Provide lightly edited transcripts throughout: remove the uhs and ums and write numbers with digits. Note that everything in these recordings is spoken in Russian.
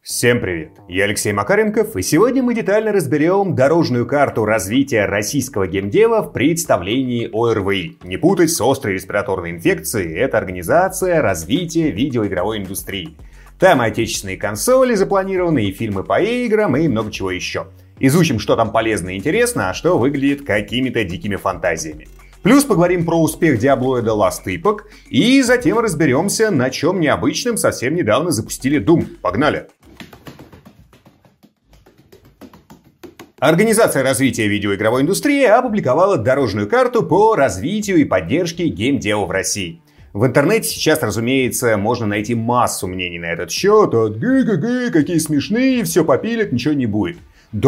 Всем привет! Я Алексей Макаренков, и сегодня мы детально разберем дорожную карту развития российского геймдева в представлении ОРВИ. Не путать с острой респираторной инфекцией, это Организация развития видеоигровой индустрии. Там и отечественные консоли запланированы, и фильмы по играм, и много чего еще. Изучим, что там полезно и интересно, а что выглядит какими-то дикими фантазиями. Плюс поговорим про успех Diablo The Last Epoch, и затем разберемся, на чем необычном совсем недавно запустили Doom. Погнали! Организация развития видеоигровой индустрии опубликовала дорожную карту по развитию и поддержке геймдева в России. В интернете сейчас, разумеется, можно найти массу мнений на этот счет. От «ГГГ, какие смешные, все попилят, ничего не будет».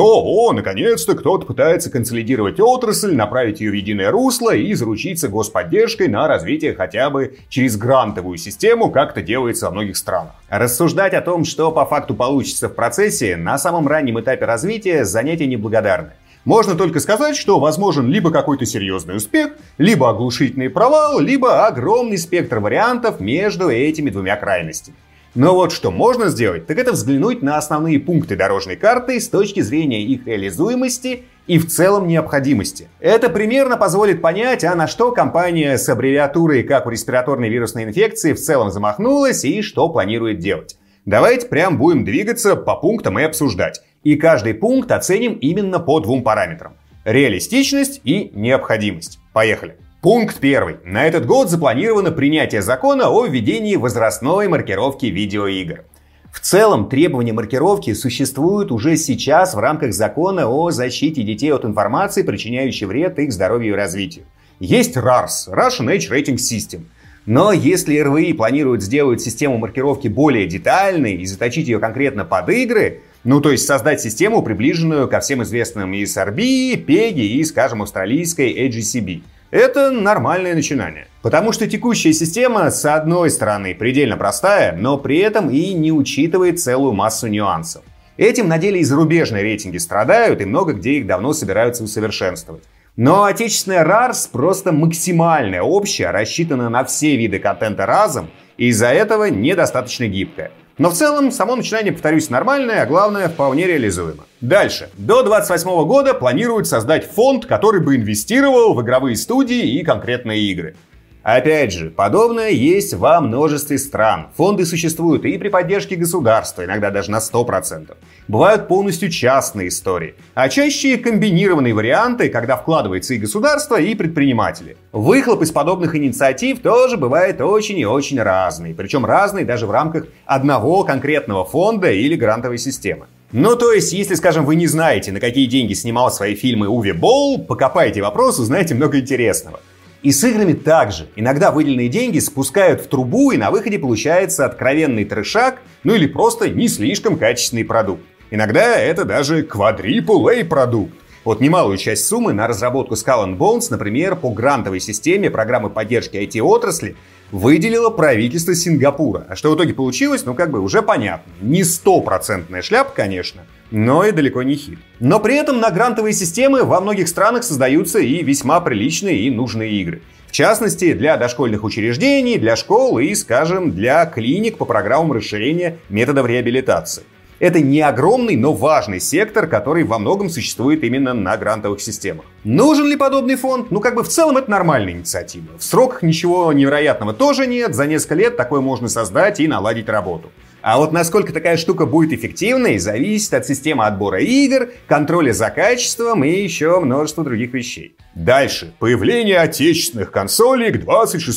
Наконец-то кто-то пытается консолидировать отрасль, направить ее в единое русло и заручиться господдержкой на развитие хотя бы через грантовую систему, как это делается во многих странах. Рассуждать о том, что по факту получится в процессе, на самом раннем этапе развития занятие неблагодарное. Можно только сказать, что возможен либо какой-то серьезный успех, либо оглушительный провал, либо огромный спектр вариантов между этими двумя крайностями. Но вот что можно сделать, так это взглянуть на основные пункты дорожной карты с точки зрения их реализуемости и в целом необходимости. Это примерно позволит понять, на что компания с аббревиатурой как у респираторной вирусной инфекции в целом замахнулась и что планирует делать. Давайте прям будем двигаться по пунктам и обсуждать. И каждый пункт оценим именно по двум параметрам. Реалистичность и необходимость. Поехали. Пункт 1. На этот год запланировано принятие закона о введении возрастной маркировки видеоигр. В целом, требования маркировки существуют уже сейчас в рамках закона о защите детей от информации, причиняющей вред их здоровью и развитию. Есть RARS – Russian Age Rating System. Но если РВИ планирует сделать систему маркировки более детальной и заточить ее конкретно под игры, то есть создать систему, приближенную ко всем известным ESRB, PEGI и, скажем, австралийской AGCB, это нормальное начинание. Потому что текущая система, с одной стороны, предельно простая, но при этом и не учитывает целую массу нюансов. Этим на деле и зарубежные рейтинги страдают, и много где их давно собираются усовершенствовать. Но отечественная RARS просто максимальная, общая, рассчитана на все виды контента разом, и из-за этого недостаточно гибкая. Но в целом, само начинание, повторюсь, нормальное, а главное, вполне реализуемо. Дальше. До 2028 года планируют создать фонд, который бы инвестировал в игровые студии и конкретные игры. Опять же, подобное есть во множестве стран. Фонды существуют и при поддержке государства, иногда даже на 100%. Бывают полностью частные истории, а чаще комбинированные варианты, когда вкладывается и государство, и предприниматели. Выхлоп из подобных инициатив тоже бывает очень и очень разный, причем разный даже в рамках одного конкретного фонда или грантовой системы. То есть, если, скажем, вы не знаете, на какие деньги снимал свои фильмы Уве Болл, покопайте вопрос, узнаете много интересного. И с играми также. Иногда выделенные деньги спускают в трубу, и на выходе получается откровенный трешак, или просто не слишком качественный продукт. Иногда это даже quadruple-A продукт. Вот немалую часть суммы на разработку Skull and Bones, например, по грантовой системе программы поддержки IT-отрасли, выделило правительство Сингапура. А что в итоге получилось, уже понятно. Не 100% шляпа, конечно, но и далеко не хит. Но при этом на грантовые системы во многих странах создаются и весьма приличные и нужные игры. В частности, для дошкольных учреждений, для школ и, скажем, для клиник по программам расширения методов реабилитации. Это не огромный, но важный сектор, который во многом существует именно на грантовых системах. Нужен ли подобный фонд? В целом это нормальная инициатива. В сроках ничего невероятного тоже нет. За несколько лет такое можно создать и наладить работу. А вот насколько такая штука будет эффективной, зависит от системы отбора игр, контроля за качеством и еще множество других вещей. Дальше. Появление отечественных консолей к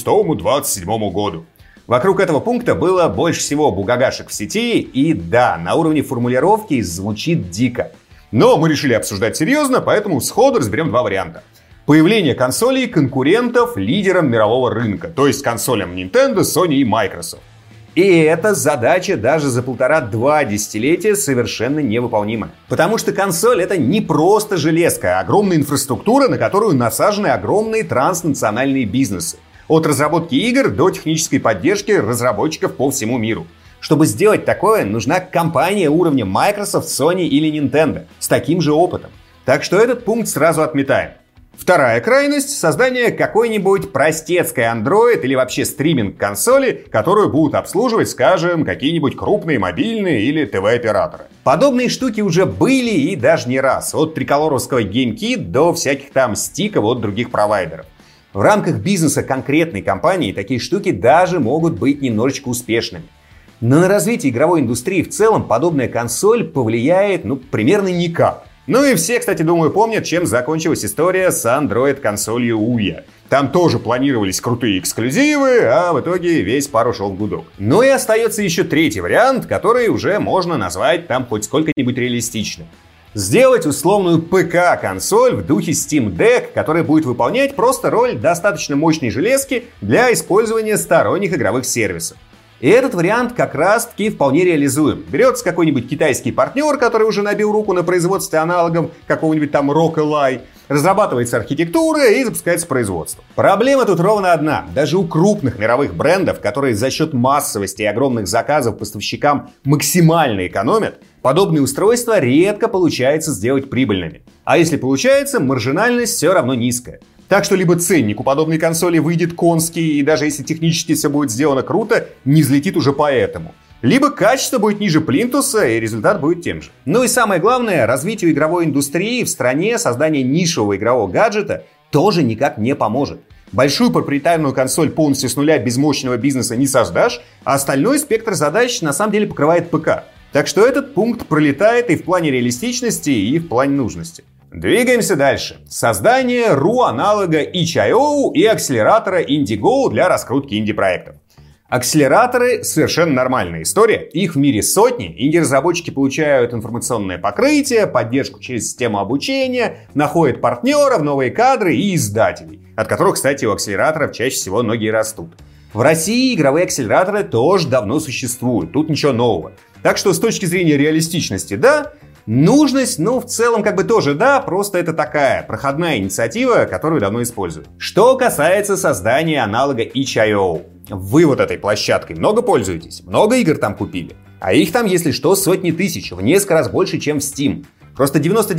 26-27 году. Вокруг этого пункта было больше всего бугагашек в сети, и да, на уровне формулировки звучит дико. Но мы решили обсуждать серьезно, поэтому сходу разберем два варианта. Появление консолей конкурентов лидерам мирового рынка, то есть консолям Nintendo, Sony и Microsoft. И эта задача даже за 1,5-2 десятилетия совершенно невыполнима. Потому что консоль — это не просто железка, а огромная инфраструктура, на которую насажены огромные транснациональные бизнесы. От разработки игр до технической поддержки разработчиков по всему миру. Чтобы сделать такое, нужна компания уровня Microsoft, Sony или Nintendo с таким же опытом. Так что этот пункт сразу отметаем. Вторая крайность – создание какой-нибудь простецкой Android или вообще стриминг-консоли, которую будут обслуживать, скажем, какие-нибудь крупные мобильные или ТВ-операторы. Подобные штуки уже были и даже не раз, от триколоровского GameKit до всяких там стиков от других провайдеров. В рамках бизнеса конкретной компании такие штуки даже могут быть немножечко успешными. Но на развитие игровой индустрии в целом подобная консоль повлияет, примерно никак. Ну и все, кстати, думаю, помнят, чем закончилась история с Android-консолью Ouya. Там тоже планировались крутые эксклюзивы, а в итоге весь пар ушел в гудок. Ну и остается еще третий вариант, который уже можно назвать там хоть сколько-нибудь реалистичным. Сделать условную ПК-консоль в духе Steam Deck, которая будет выполнять просто роль достаточно мощной железки для использования сторонних игровых сервисов. И этот вариант как раз-таки вполне реализуем. Берется какой-нибудь китайский партнер, который уже набил руку на производстве аналогов какого-нибудь там Rock Ally, разрабатывается архитектура и запускается производство. Проблема тут ровно одна. Даже у крупных мировых брендов, которые за счет массовости и огромных заказов поставщикам максимально экономят, подобные устройства редко получается сделать прибыльными. А если получается, маржинальность все равно низкая. Так что либо ценник у подобной консоли выйдет конский, и даже если технически все будет сделано круто, не взлетит уже поэтому. Либо качество будет ниже плинтуса, и результат будет тем же. Ну и самое главное, развитию игровой индустрии в стране создание нишевого игрового гаджета тоже никак не поможет. Большую проприетарную консоль полностью с нуля без мощного бизнеса не создашь, а остальной спектр задач на самом деле покрывает ПК. Так что этот пункт пролетает и в плане реалистичности, и в плане нужности. Двигаемся дальше. Создание RU-аналога itch.io и акселератора Indiegogo для раскрутки инди-проектов. Акселераторы — совершенно нормальная история. Их в мире сотни. Инди-разработчики получают информационное покрытие, поддержку через систему обучения, находят партнеров, новые кадры и издателей, от которых, кстати, у акселераторов чаще всего ноги растут. В России игровые акселераторы тоже давно существуют. Тут ничего нового. Так что с точки зрения реалистичности, да. Нужность, в целом тоже да, просто это такая проходная инициатива, которую давно используют. Что касается создания аналога itch.io. Вы вот этой площадкой много пользуетесь? Много игр там купили? А их там, если что, сотни тысяч, в несколько раз больше, чем в Steam. Просто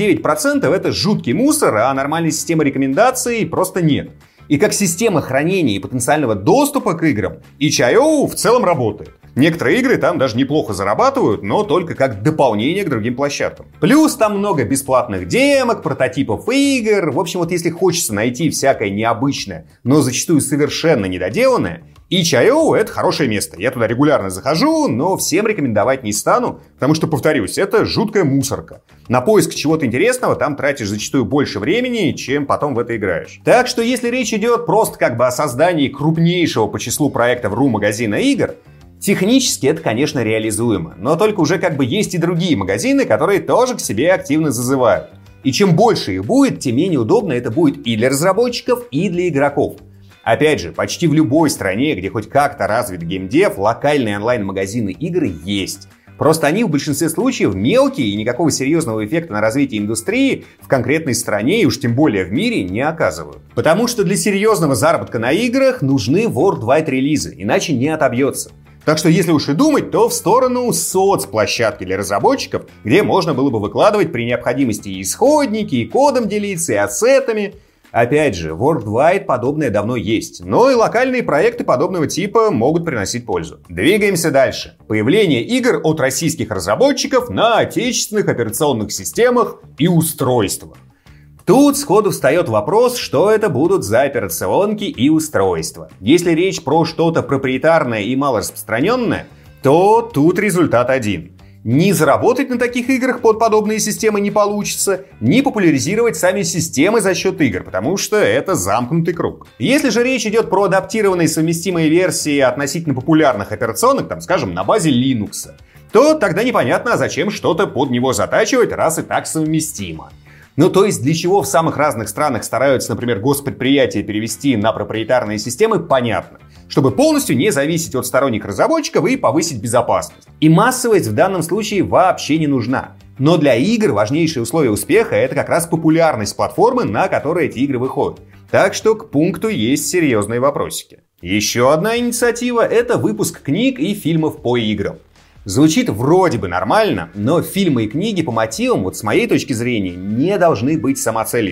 99% это жуткий мусор, а нормальной системы рекомендаций просто нет. И как система хранения и потенциального доступа к играм, itch.io в целом работает. Некоторые игры там даже неплохо зарабатывают, но только как дополнение к другим площадкам. Плюс там много бесплатных демок, прототипов игр. В общем, если хочется найти всякое необычное, но зачастую совершенно недоделанное, itch.io — это хорошее место. Я туда регулярно захожу, но всем рекомендовать не стану, потому что, повторюсь, это жуткая мусорка. На поиск чего-то интересного там тратишь зачастую больше времени, чем потом в это играешь. Так что если речь идет просто о создании крупнейшего по числу проектов RU-магазина игр, технически это, конечно, реализуемо, но только уже есть и другие магазины, которые тоже к себе активно зазывают. И чем больше их будет, тем менее удобно это будет и для разработчиков, и для игроков. Опять же, почти в любой стране, где хоть как-то развит геймдев, локальные онлайн-магазины игр есть. Просто они в большинстве случаев мелкие и никакого серьезного эффекта на развитие индустрии в конкретной стране и уж тем более в мире не оказывают. Потому что для серьезного заработка на играх нужны worldwide релизы, иначе не отобьется. Так что если уж и думать, то в сторону соцплощадки для разработчиков, где можно было бы выкладывать при необходимости и исходники, и кодом делиться, и ассетами. Опять же, worldwide подобное давно есть, но и локальные проекты подобного типа могут приносить пользу. Двигаемся дальше. Появление игр от российских разработчиков на отечественных операционных системах и устройствах. Тут сходу встает вопрос, что это будут за операционки и устройства. Если речь про что-то проприетарное и малораспространенное, то тут результат один. Ни заработать на таких играх под подобные системы не получится, ни популяризировать сами системы за счет игр, потому что это замкнутый круг. Если же речь идет про адаптированные совместимые версии относительно популярных операционок, скажем, на базе Linux, то тогда непонятно, зачем что-то под него затачивать, раз и так совместимо. То есть для чего в самых разных странах стараются, например, госпредприятия перевести на проприетарные системы, понятно. Чтобы полностью не зависеть от сторонних разработчиков и повысить безопасность. И массовость в данном случае вообще не нужна. Но для игр важнейшее условие успеха — это как раз популярность платформы, на которой эти игры выходят. Так что к пункту есть серьезные вопросики. Еще одна инициатива — это выпуск книг и фильмов по играм. Звучит вроде бы нормально, но фильмы и книги по мотивам, с моей точки зрения, не должны быть самоцелью.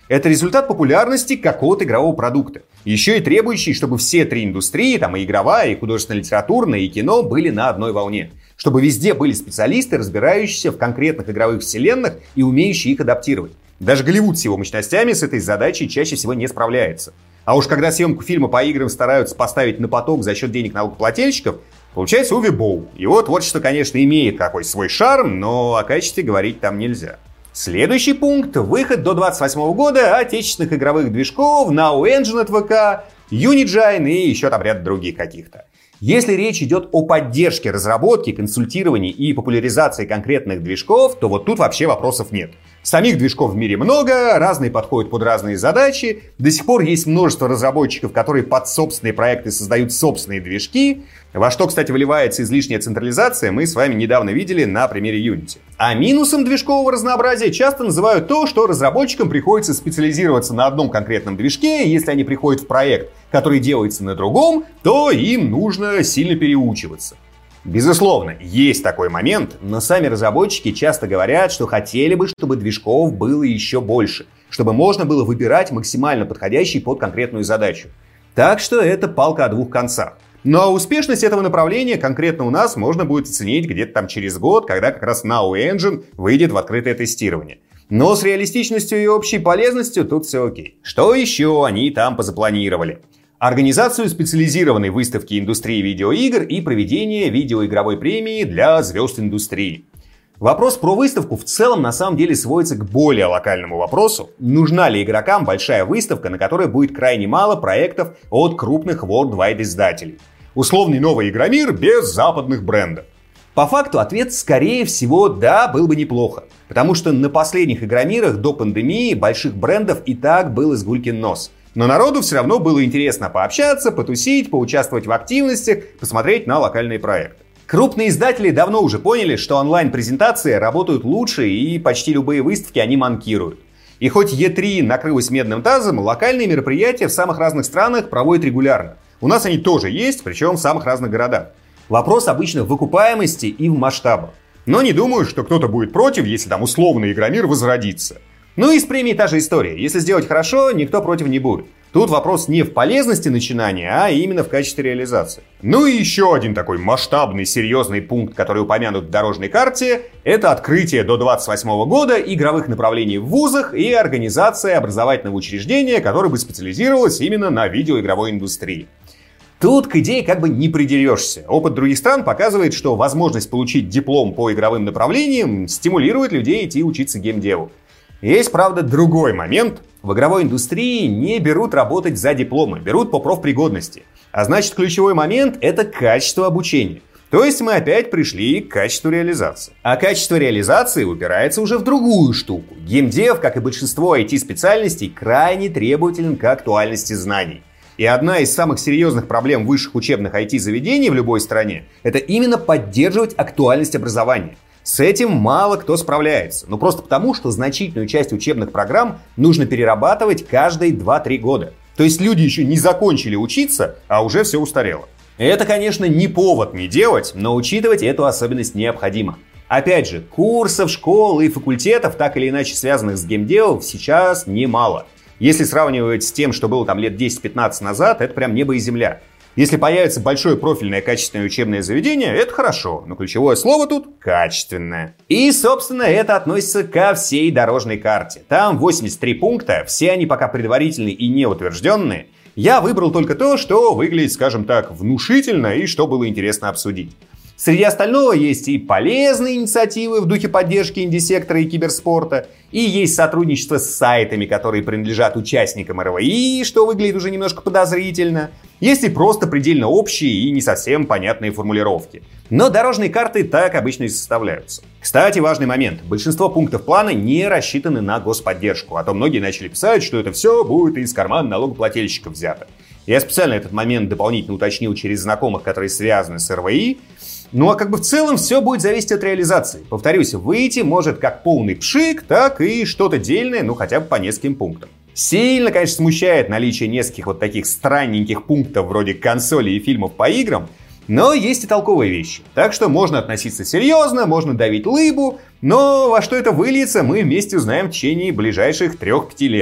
Это результат популярности какого-то игрового продукта. Еще и требующий, чтобы все три индустрии, там и игровая, и художественно-литературная, и кино, были на одной волне. Чтобы везде были специалисты, разбирающиеся в конкретных игровых вселенных и умеющие их адаптировать. Даже Голливуд с его мощностями с этой задачей чаще всего не справляется. А уж когда съемку фильма по играм стараются поставить на поток за счет денег налогоплательщиков, получается Уви Болл. Его творчество, конечно, имеет какой-то свой шарм, но о качестве говорить там нельзя. Следующий пункт – выход до 2028 года отечественных игровых движков, Now Engine от ВК, Unigine и еще там ряд других каких-то. Если речь идет о поддержке разработки, консультировании и популяризации конкретных движков, то вот тут вообще вопросов нет. Самих движков в мире много, разные подходят под разные задачи. До сих пор есть множество разработчиков, которые под собственные проекты создают собственные движки. Во что, кстати, выливается излишняя централизация, мы с вами недавно видели на примере Unity. А минусом движкового разнообразия часто называют то, что разработчикам приходится специализироваться на одном конкретном движке, и если они приходят в проект, который делается на другом, то им нужно сильно переучиваться. Безусловно, есть такой момент, но сами разработчики часто говорят, что хотели бы, чтобы движков было еще больше, чтобы можно было выбирать максимально подходящий под конкретную задачу. Так что это палка о двух концах. Ну а успешность этого направления конкретно у нас можно будет оценить где-то там через год, когда как раз Now Engine выйдет в открытое тестирование. Но с реалистичностью и общей полезностью тут все окей. Что еще они там позапланировали? Организацию специализированной выставки индустрии видеоигр и проведение видеоигровой премии для звезд индустрии. Вопрос про выставку в целом на самом деле сводится к более локальному вопросу. Нужна ли игрокам большая выставка, на которой будет крайне мало проектов от крупных worldwide издателей? Условный новый Игромир без западных брендов. По факту ответ скорее всего да, был бы неплохо. Потому что на последних Игромирах до пандемии больших брендов и так был изгулькин нос. Но народу все равно было интересно пообщаться, потусить, поучаствовать в активностях, посмотреть на локальные проекты. Крупные издатели давно уже поняли, что онлайн-презентации работают лучше и почти любые выставки они манкируют. И хоть E3 накрылась медным тазом, локальные мероприятия в самых разных странах проводят регулярно. У нас они тоже есть, причем в самых разных городах. Вопрос обычно в окупаемости и в масштабах. Но не думаю, что кто-то будет против, если там условный Игромир возродится. Ну и с премией та же история. Если сделать хорошо, никто против не будет. Тут вопрос не в полезности начинания, а именно в качестве реализации. Ну и еще один такой масштабный, серьезный пункт, который упомянут в дорожной карте, это открытие до 2028 года игровых направлений в вузах и организация образовательного учреждения, которое бы специализировалось именно на видеоигровой индустрии. Тут к идее как бы не придерешься. Опыт других стран показывает, что возможность получить диплом по игровым направлениям стимулирует людей идти учиться геймдеву. Есть, правда, другой момент. В игровой индустрии не берут работать за дипломы, берут по профпригодности. А значит, ключевой момент – это качество обучения. То есть мы опять пришли к качеству реализации. А качество реализации упирается уже в другую штуку. Геймдев, как и большинство IT-специальностей, крайне требователен к актуальности знаний. И одна из самых серьезных проблем высших учебных IT-заведений в любой стране – это именно поддерживать актуальность образования. С этим мало кто справляется. Ну просто потому, что значительную часть учебных программ нужно перерабатывать каждые 2-3 года. То есть люди еще не закончили учиться, а уже все устарело. Это, конечно, не повод не делать, но учитывать эту особенность необходимо. Опять же, курсов, школ и факультетов, так или иначе связанных с геймдевом, сейчас немало. Если сравнивать с тем, что было там лет 10-15 назад, это прям небо и земля. Если появится большое профильное качественное учебное заведение, это хорошо, но ключевое слово тут – качественное. И, собственно, это относится ко всей дорожной карте. Там 83 пункта, все они пока предварительные и не утвержденные. Я выбрал только то, что выглядит, скажем так, внушительно и что было интересно обсудить. Среди остального есть и полезные инициативы в духе поддержки инди-сектора и киберспорта, и есть сотрудничество с сайтами, которые принадлежат участникам РВИ, что выглядит уже немножко подозрительно. Есть и просто предельно общие и не совсем понятные формулировки. Но дорожные карты так обычно и составляются. Кстати, важный момент. Большинство пунктов плана не рассчитаны на господдержку, а то многие начали писать, что это все будет из кармана налогоплательщиков взято. Я специально этот момент дополнительно уточнил через знакомых, которые связаны с РВИ. Ну а как бы в целом все будет зависеть от реализации. Повторюсь, выйти может как полный пшик, так и что-то дельное, ну хотя бы по нескольким пунктам. Сильно, конечно, смущает наличие нескольких вот таких странненьких пунктов вроде консолей и фильмов по играм, но есть и толковые вещи. Так что можно относиться серьезно, можно давить лыбу, но во что это выльется, мы вместе узнаем в течение ближайших 3-5 лет.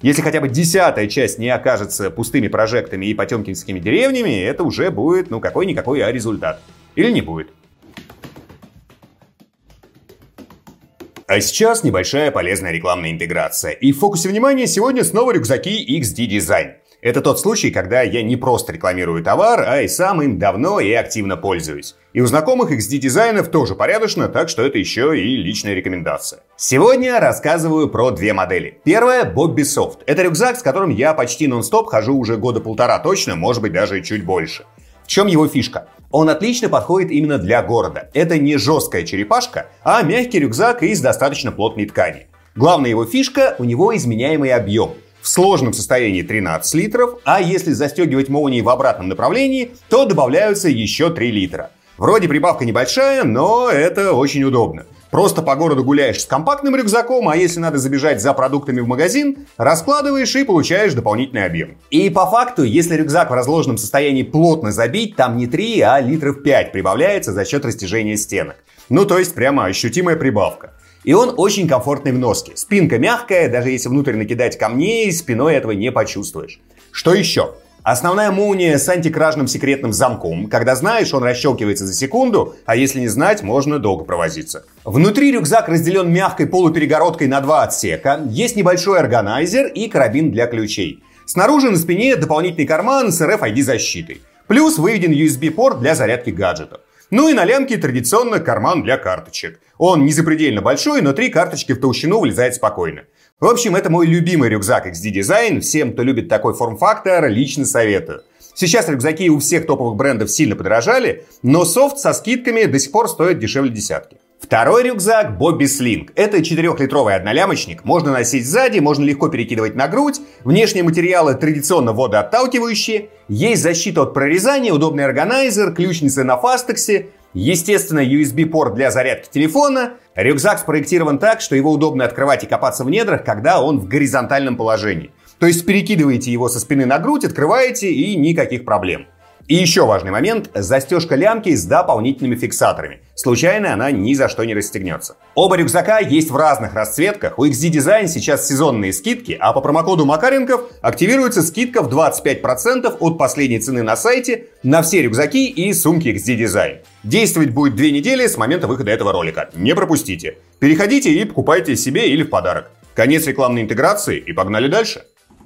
Если хотя бы 10-я часть не окажется пустыми прожектами и потемкинскими деревнями, это уже будет, какой-никакой, а результат. Или не будет. А сейчас небольшая полезная рекламная интеграция. И в фокусе внимания сегодня снова рюкзаки XD Design. Это тот случай, когда я не просто рекламирую товар, а и сам им давно и активно пользуюсь. И у знакомых XD дизайнов тоже порядочно, так что это еще и личная рекомендация. Сегодня рассказываю про две модели. Первая — Bobby Soft. Это рюкзак, с которым я почти нон-стоп хожу уже года полтора точно, может быть даже и чуть больше. В чем его фишка? Он отлично подходит именно для города. Это не жесткая черепашка, а мягкий рюкзак из достаточно плотной ткани. Главная его фишка — у него изменяемый объем. В сложном состоянии 13 литров, а если застегивать молнии в обратном направлении, то добавляются еще 3 литра. Вроде прибавка небольшая, но это очень удобно. Просто по городу гуляешь с компактным рюкзаком, а если надо забежать за продуктами в магазин, раскладываешь и получаешь дополнительный объем. И по факту, если рюкзак в разложенном состоянии плотно забить, там не 3, а литров 5 прибавляется за счет растяжения стенок. То есть прямо ощутимая прибавка. И он очень комфортный в носке. Спинка мягкая, даже если внутрь накидать камней, спиной этого не почувствуешь. Что еще? Основная молния с антикражным секретным замком. Когда знаешь, он расщелкивается за секунду, а если не знать, можно долго провозиться. Внутри рюкзак разделен мягкой полуперегородкой на 2 отсека. Есть небольшой органайзер и карабин для ключей. Снаружи на спине дополнительный карман с RFID-защитой. Плюс выведен USB-порт для зарядки гаджетов. И на лямке традиционно карман для карточек. Он не запредельно большой, но 3 карточки в толщину влезает спокойно. В общем, это мой любимый рюкзак XD Design. Всем, кто любит такой форм-фактор, лично советую. Сейчас рюкзаки у всех топовых брендов сильно подорожали, но софт со скидками до сих пор стоит дешевле десятки. Второй рюкзак Bobby Sling. Это 4-литровый однолямочник. Можно носить сзади, можно легко перекидывать на грудь. Внешние материалы традиционно водоотталкивающие. Есть защита от прорезания, удобный органайзер, ключницы на фастексе. Естественно, USB-порт для зарядки телефона. Рюкзак спроектирован так, что его удобно открывать и копаться в недрах, когда он в горизонтальном положении. То есть перекидываете его со спины на грудь, открываете и никаких проблем. И еще важный момент – застежка лямки с дополнительными фиксаторами. Случайно она ни за что не расстегнется. Оба рюкзака есть в разных расцветках. У XD Design сейчас сезонные скидки, а по промокоду Макаренков активируется скидка в 25% от последней цены на сайте на все рюкзаки и сумки XD Design. Действовать будет 2 недели с момента выхода этого ролика. Не пропустите. Переходите и покупайте себе или в подарок. Конец рекламной интеграции и погнали дальше.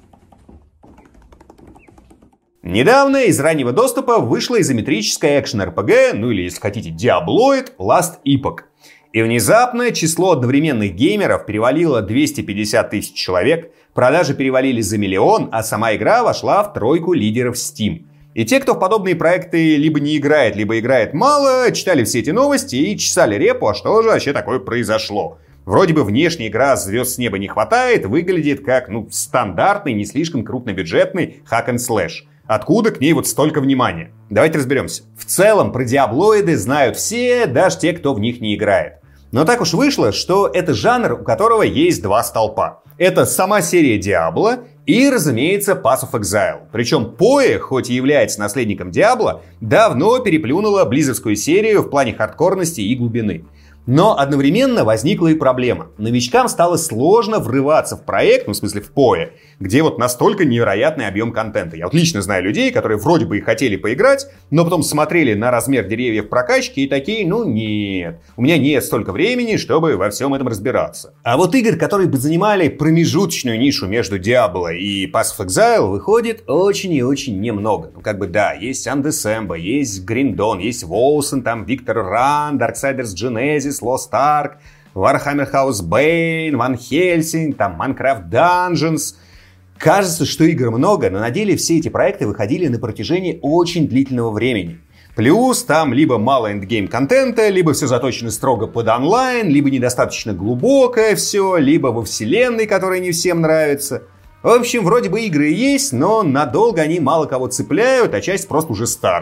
Недавно из раннего доступа вышла изометрическая экшен-РПГ, или, если хотите, Diabloid Last Epoch. И внезапно число одновременных геймеров перевалило 250 тысяч человек, продажи перевалили за 1 миллион, а сама игра вошла в 3 лидеров Steam. И те, кто в подобные проекты либо не играет, либо играет мало, читали все эти новости и чесали репу, а что же вообще такое произошло. Вроде бы внешне игра звезд с неба не хватает, выглядит как стандартный, не слишком крупнобюджетный hack-and-slash. Откуда к ней столько внимания? Давайте разберемся. В целом про диаблоиды знают все, даже те, кто в них не играет. Но так уж вышло, что это жанр, у которого есть 2 столпа. Это сама серия Diablo и, разумеется, Path of Exile. Причем PoE, хоть и является наследником Diablo, давно переплюнула близзардскую серию в плане хардкорности и глубины. Но одновременно возникла и проблема. Новичкам стало сложно врываться в проект, в смысле в PoE, где настолько невероятный объем контента. Я лично знаю людей, которые вроде бы и хотели поиграть, но потом смотрели на размер деревьев прокачки и такие, нет, у меня нет столько времени, чтобы во всем этом разбираться. А игр, которые бы занимали промежуточную нишу между Diablo и Path of Exile, выходит очень и очень немного. Да, есть Undecember, есть Green Dawn, есть Wolcen, там Victor Run, Darksiders Genesis, Lost Ark, Warhammer House Bane, Van Helsing, там Minecraft Dungeons. Кажется, что игр много, но на деле все эти проекты выходили на протяжении очень длительного времени. Плюс там либо мало эндгейм контента, либо все заточено строго под онлайн, либо недостаточно глубокое все, либо во вселенной, которая не всем нравится. В общем, вроде бы игры есть, но надолго они мало кого цепляют, а часть просто уже старая.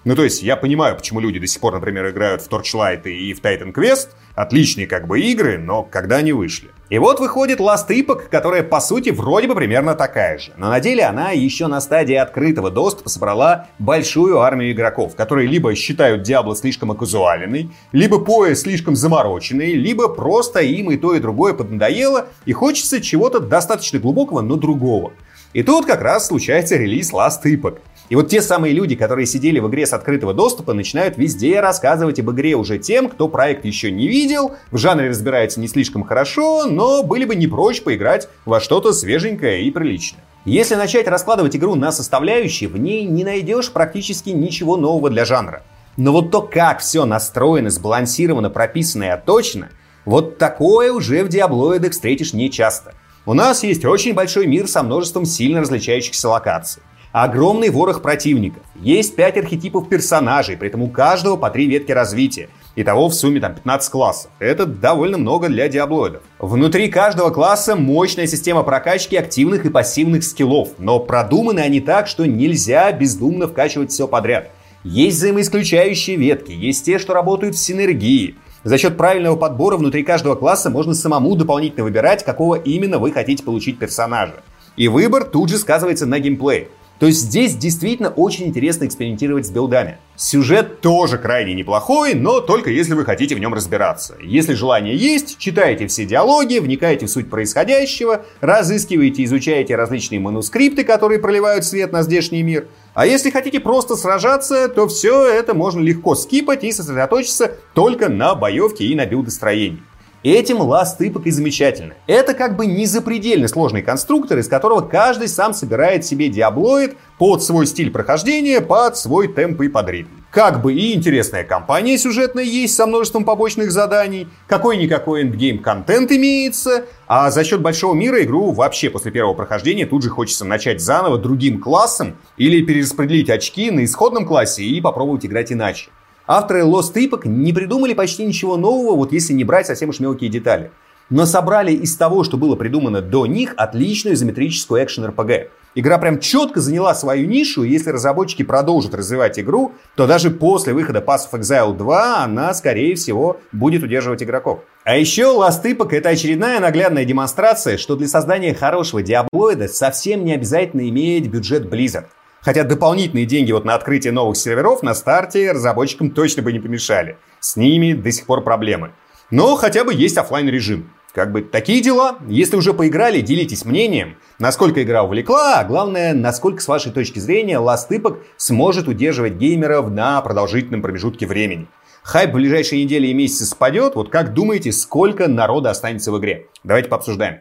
Ну, то есть, я понимаю, почему люди до сих пор, например, играют в Torchlight и в Titan Quest. Отличные как бы игры, но когда они вышли. И вот выходит Last Epoch, которая по сути вроде бы примерно такая же. Но на деле она еще на стадии открытого доступа собрала большую армию игроков, которые либо считают Diablo слишком оказуаленной, либо пояс слишком замороченный, либо просто им и то, и другое поднадоело, и хочется чего-то достаточно глубокого, но другого. И тут как раз случается релиз Last Epoch. И вот те самые люди, которые сидели в игре с открытого доступа, начинают везде рассказывать об игре уже тем, кто проект еще не видел, в жанре разбирается не слишком хорошо, но были бы не прочь поиграть во что-то свеженькое и приличное. Если начать раскладывать игру на составляющие, в ней не найдешь практически ничего нового для жанра. Но вот то, как все настроено, сбалансировано, прописано и отточено, вот такое уже в диаблоидах встретишь нечасто. У нас есть очень большой мир со множеством сильно различающихся локаций. Огромный ворох противников. Есть 5 архетипов персонажей, при этом у каждого по 3 ветки развития. Итого в сумме 15 классов. Это довольно много для диаблоидов. Внутри каждого класса мощная система прокачки активных и пассивных скиллов. Но продуманы они так, что нельзя бездумно вкачивать все подряд. Есть взаимоисключающие ветки, есть те, что работают в синергии. За счет правильного подбора внутри каждого класса можно самому дополнительно выбирать, какого именно вы хотите получить персонажа. И выбор тут же сказывается на геймплее. То есть здесь действительно очень интересно экспериментировать с билдами. Сюжет тоже крайне неплохой, но только если вы хотите в нем разбираться. Если желание есть, читайте все диалоги, вникайте в суть происходящего, разыскиваете и изучаете различные манускрипты, которые проливают свет на здешний мир. А если хотите просто сражаться, то все это можно легко скипать и сосредоточиться только на боевке и на билдостроении. Этим Last Epoch и замечательно. Это как бы не запредельно сложный конструктор, из которого каждый сам собирает себе диаблоид под свой стиль прохождения, под свой темп и под ритм. Как бы и интересная кампания сюжетная есть со множеством побочных заданий, какой-никакой эндгейм контент имеется, а за счет большого мира игру вообще после первого прохождения тут же хочется начать заново другим классом или перераспределить очки на исходном классе и попробовать играть иначе. Авторы Lost Epoch не придумали почти ничего нового, вот если не брать совсем уж мелкие детали. Но собрали из того, что было придумано до них, отличную изометрическую экшен-РПГ. Игра прям четко заняла свою нишу, и если разработчики продолжат развивать игру, то даже после выхода Path of Exile 2 она, скорее всего, будет удерживать игроков. А еще Last Epoch — это очередная наглядная демонстрация, что для создания хорошего диаблоида совсем не обязательно иметь бюджет Blizzard. Хотя дополнительные деньги вот на открытие новых серверов на старте разработчикам точно бы не помешали. С ними до сих пор проблемы. Но хотя бы есть офлайн режим. Как бы такие дела. Если уже поиграли, делитесь мнением, насколько игра увлекла, а главное, насколько с вашей точки зрения Last Epoch сможет удерживать геймеров на продолжительном промежутке времени. Хайп в ближайшие недели и месяцы спадет. Вот как думаете, сколько народа останется в игре? Давайте пообсуждаем.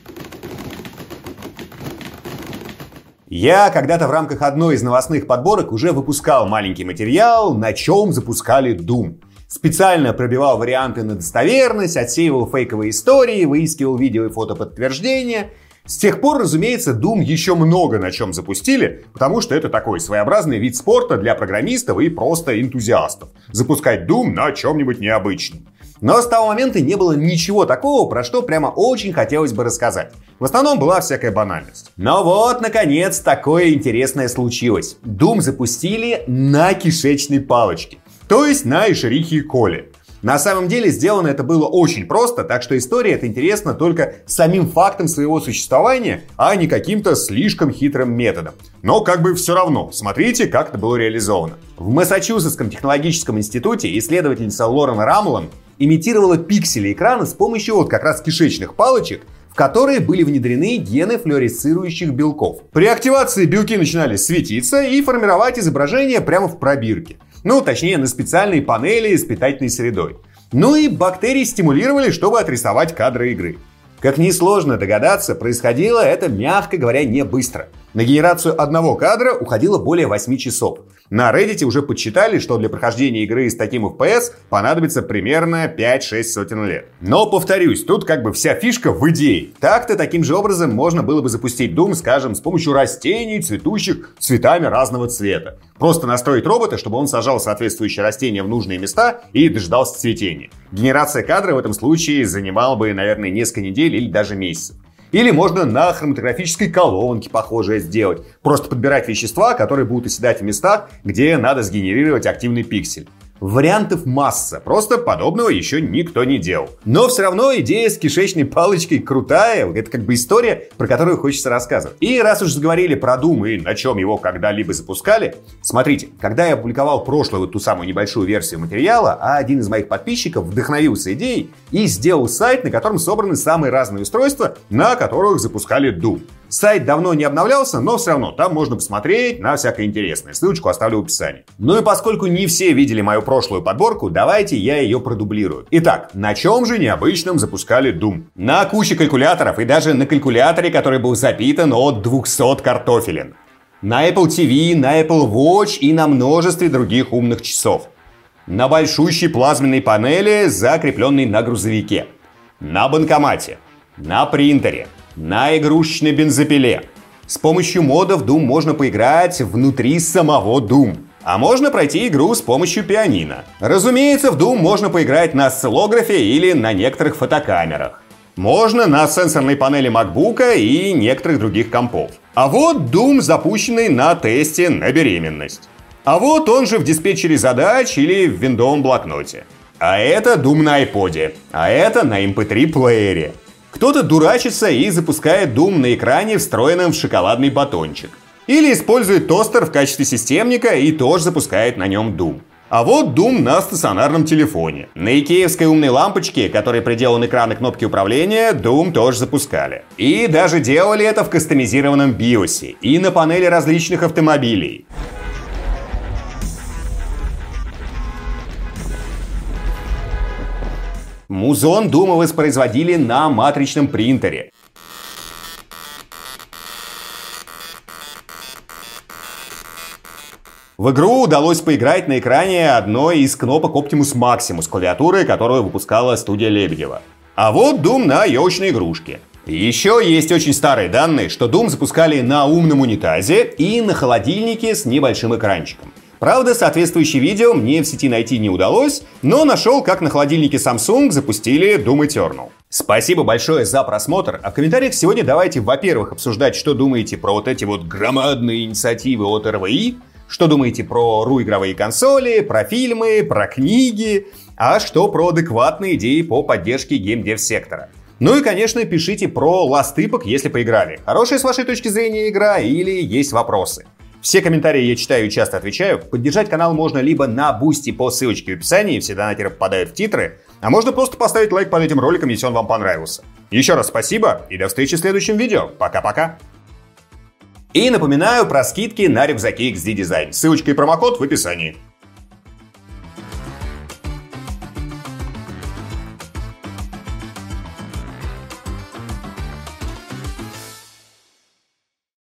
Я когда-то в рамках одной из новостных подборок уже выпускал маленький материал, на чем запускали Doom. Специально пробивал варианты на достоверность, отсеивал фейковые истории, выискивал видео и фото подтверждения. С тех пор, разумеется, Doom еще много на чем запустили, потому что это такой своеобразный вид спорта для программистов и просто энтузиастов. Запускать Doom на чем-нибудь необычном. Но с того момента не было ничего такого, про что прямо очень хотелось бы рассказать. В основном была всякая банальность. Но вот, наконец, такое интересное случилось. Doom запустили на кишечной палочке. То есть на Эшерихе Коле. На самом деле сделано это было очень просто, так что история эта интересна только самим фактом своего существования, а не каким-то слишком хитрым методом. Но как бы все равно, смотрите, как это было реализовано. В Массачусетском технологическом институте исследовательница Лорен Рамлан имитировала пиксели экрана с помощью вот как раз кишечных палочек, в которые были внедрены гены флуоресцирующих белков. При активации белки начинали светиться и формировать изображение прямо в пробирке. Ну, точнее, на специальной панели с питательной средой. Ну и бактерии стимулировали, чтобы отрисовать кадры игры. Как несложно догадаться, происходило это, мягко говоря, не быстро. На генерацию одного кадра уходило более 8 часов. На Reddit уже подсчитали, что для прохождения игры с таким FPS понадобится примерно 5-6 сотен лет. Но, повторюсь, тут как бы вся фишка в идее. Так-то таким же образом можно было бы запустить Doom, скажем, с помощью растений, цветущих цветами разного цвета. Просто настроить робота, чтобы он сажал соответствующие растения в нужные места и дождался цветения. Генерация кадра в этом случае занимала бы, наверное, несколько недель или даже месяцев. Или можно на хроматографической колонке похожее сделать. Просто подбирать вещества, которые будут оседать в местах, где надо сгенерировать активный пиксель. Вариантов масса, просто подобного еще никто не делал. Но все равно идея с кишечной палочкой крутая, это как бы история, про которую хочется рассказывать. И раз уж заговорили про Doom и на чем его когда-либо запускали, смотрите, когда я опубликовал прошлую вот ту самую небольшую версию материала, один из моих подписчиков вдохновился идеей и сделал сайт, на котором собраны самые разные устройства, на которых запускали Doom. Сайт давно не обновлялся, но все равно там можно посмотреть на всякое интересное. Ссылочку оставлю в описании. Ну и поскольку не все видели мою прошлую подборку, давайте я ее продублирую. Итак, на чем же необычном запускали Doom? На куче калькуляторов и даже на калькуляторе, который был запитан от 200 картофелин. На Apple TV, на Apple Watch и на множестве других умных часов. На большущей плазменной панели, закрепленной на грузовике. На банкомате. На принтере. На игрушечной бензопиле. С помощью модов Doom можно поиграть внутри самого Doom. А можно пройти игру с помощью пианино. Разумеется, в Doom можно поиграть на осциллографе или на некоторых фотокамерах. Можно на сенсорной панели MacBook и некоторых других компов. А вот Doom, запущенный на тесте на беременность. А вот он же в диспетчере задач или в виндовом блокноте. А это Doom на iPod. А это на MP3 плеере. Кто-то дурачится и запускает Doom на экране, встроенном в шоколадный батончик. Или использует тостер в качестве системника и тоже запускает на нем Doom. А вот Doom на стационарном телефоне. На икеевской умной лампочке, которой приделан экран и кнопки управления, Doom тоже запускали. И даже делали это в кастомизированном биосе и на панели различных автомобилей. Музон Doom воспроизводили на матричном принтере. В игру удалось поиграть на экране одной из кнопок Optimus Maximus, клавиатуры, которую выпускала студия Лебедева. А вот Doom на елочной игрушке. Еще есть очень старые данные, что Doom запускали на умном унитазе и на холодильнике с небольшим экранчиком. Правда, соответствующее видео мне в сети найти не удалось, но нашел, как на холодильнике Samsung запустили Doom Eternal. Спасибо большое за просмотр, а в комментариях сегодня давайте, во-первых, обсуждать, что думаете про вот эти вот громадные инициативы от РВИ, что думаете про РУ-игровые консоли, про фильмы, про книги, а что про адекватные идеи по поддержке геймдев-сектора. Ну и, конечно, пишите про Last Epoch, если поиграли. Хорошая с вашей точки зрения игра или есть вопросы? Все комментарии я читаю и часто отвечаю. Поддержать канал можно либо на Boosty по ссылочке в описании, все донатеры попадают в титры, а можно просто поставить лайк под этим роликом, если он вам понравился. Еще раз спасибо и до встречи в следующем видео. Пока-пока. И напоминаю про скидки на рюкзаки XD Design. Ссылочка и промокод в описании.